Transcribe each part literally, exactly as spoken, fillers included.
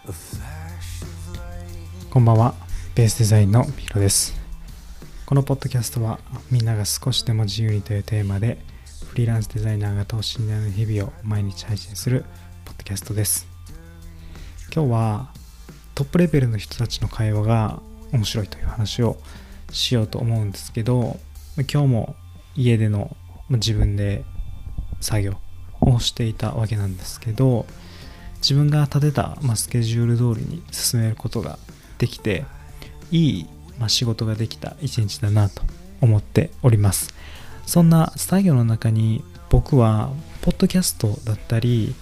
こんばんは、ベースデザインのピロです。このポッドキャストはみんなが少しでも自由にというテーマでフリーランスデザイナーが等身大の日々を毎日配信するポッドキャストです。今日はトップレベルの人たちの会話が面白いという話をしようと思うんですけど、今日も家での自分で作業をしていたわけなんですけど、自分が立てた、まあ、スケジュール通りに進めることができていい、まあ、仕事ができた一日だなと思っております。そんな作業の中に僕はポッドキャストだったり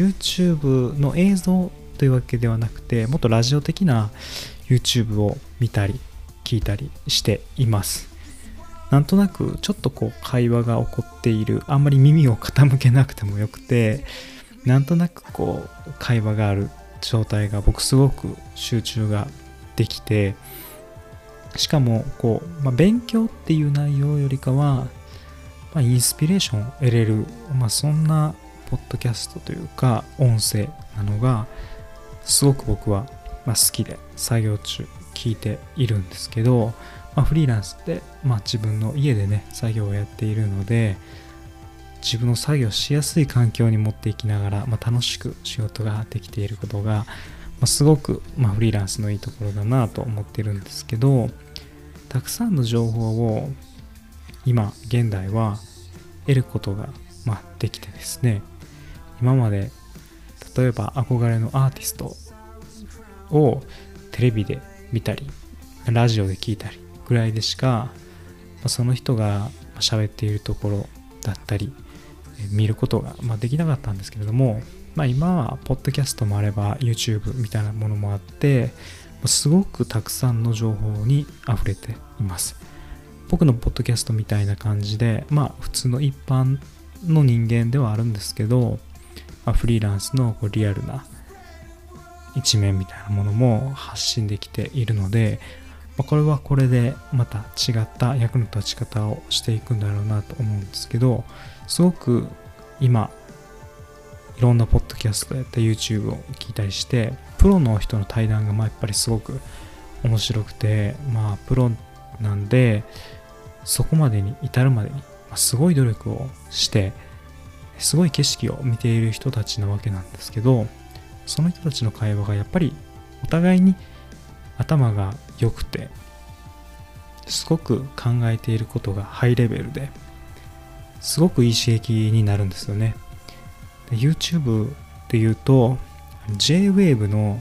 YouTube の映像というわけではなくて、もっとラジオ的な YouTube を見たり聞いたりしています。なんとなくちょっとこう会話が起こっている、あんまり耳を傾けなくてもよくて、なんとなくこう会話がある状態が僕すごく集中ができて、しかもこう、まあ、勉強っていう内容よりかは、まあ、インスピレーションを得れる、まあ、そんなポッドキャストというか音声なのがすごく僕はまあ好きで作業中聞いているんですけど、まあ、フリーランスで、まあ、自分の家でね作業をやっているので、自分の作業しやすい環境に持っていきながら、まあ、楽しく仕事ができていることが、まあ、すごく、まあ、フリーランスのいいところだなと思っているんですけど、たくさんの情報を今現代は得ることが、まあ、できてですね、今まで例えば憧れのアーティストをテレビで見たりラジオで聞いたりぐらいでしか、まあ、その人が喋っているところだったり見ることが、まあ、できなかったんですけれども、まあ、今はポッドキャストもあれば YouTube みたいなものもあって、すごくたくさんの情報に溢れています。僕のポッドキャストみたいな感じで、まあ普通の一般の人間ではあるんですけど、まあ、フリーランスのこうリアルな一面みたいなものも発信できているので、まあ、これはこれでまた違った役の立ち方をしていくんだろうなと思うんですけど、すごく今いろんなポッドキャストやった YouTube を聞いたりして、プロの人の対談がまあやっぱりすごく面白くて、まあプロなんでそこまでに至るまでにすごい努力をしてすごい景色を見ている人たちなわけなんですけど、その人たちの会話がやっぱりお互いに頭が良くて、すごく考えていることがハイレベルですごくいい刺激になるんですよね。で YouTube で言うと ジェイウェーブ の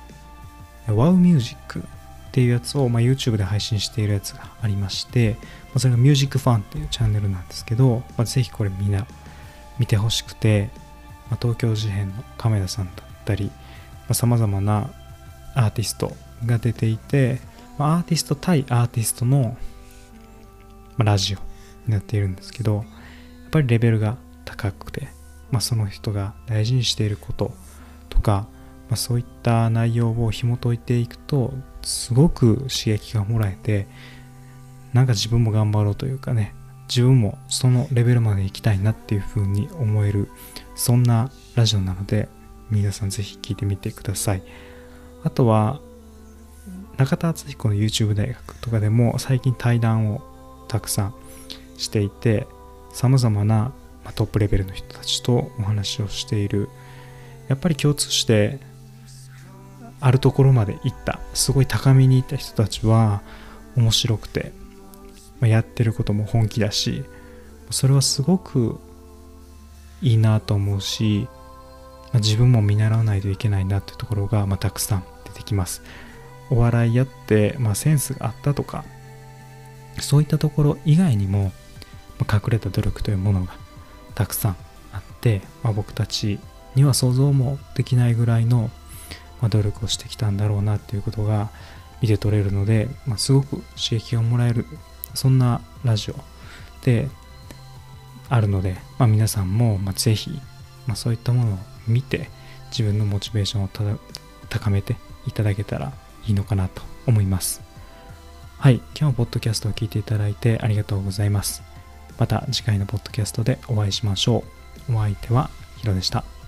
Wow Music っていうやつを、まあ、YouTube で配信しているやつがありまして、まあ、それが Music Fan っていうチャンネルなんですけど、まあ、ぜひこれみんな見てほしくて、まあ、東京事変の亀田さんだったりさまざ、まなアーティストが出ていて、まあ、アーティスト対アーティストの、まあ、ラジオになっているんですけど、やっぱりレベルが高くて、まあ、その人が大事にしていることとか、まあ、そういった内容を紐解いていくとすごく刺激がもらえて、なんか自分も頑張ろうというかね、自分もそのレベルまで行きたいなっていう風に思える、そんなラジオなので皆さんぜひ聞いてみてください。あとは中田敦彦の YouTube 大学とかでも最近対談をたくさんしていて、さまざまなトップレベルの人たちとお話をしている。やっぱり共通してあるところまで行った、すごい高みに行った人たちは面白くて、まあ、やってることも本気だし、それはすごくいいなと思うし、まあ、自分も見習わないといけないなっていうところが、まあ、たくさん出てきます。お笑いやって、まあ、センスがあったとかそういったところ以外にも、まあ、隠れた努力というものがたくさんあって、まあ、僕たちには想像もできないぐらいの、まあ、努力をしてきたんだろうなっていうことが見て取れるので、まあ、すごく刺激をもらえる、そんなラジオであるので、まあ、皆さんも、まあ、ぜひ、まあ、そういったものを見て自分のモチベーションをただ高めていただけたらいいのかなと思います。はい、今日もポッドキャストを聞いていただいてありがとうございます。また次回のポッドキャストでお会いしましょう。お相手はヒロでした。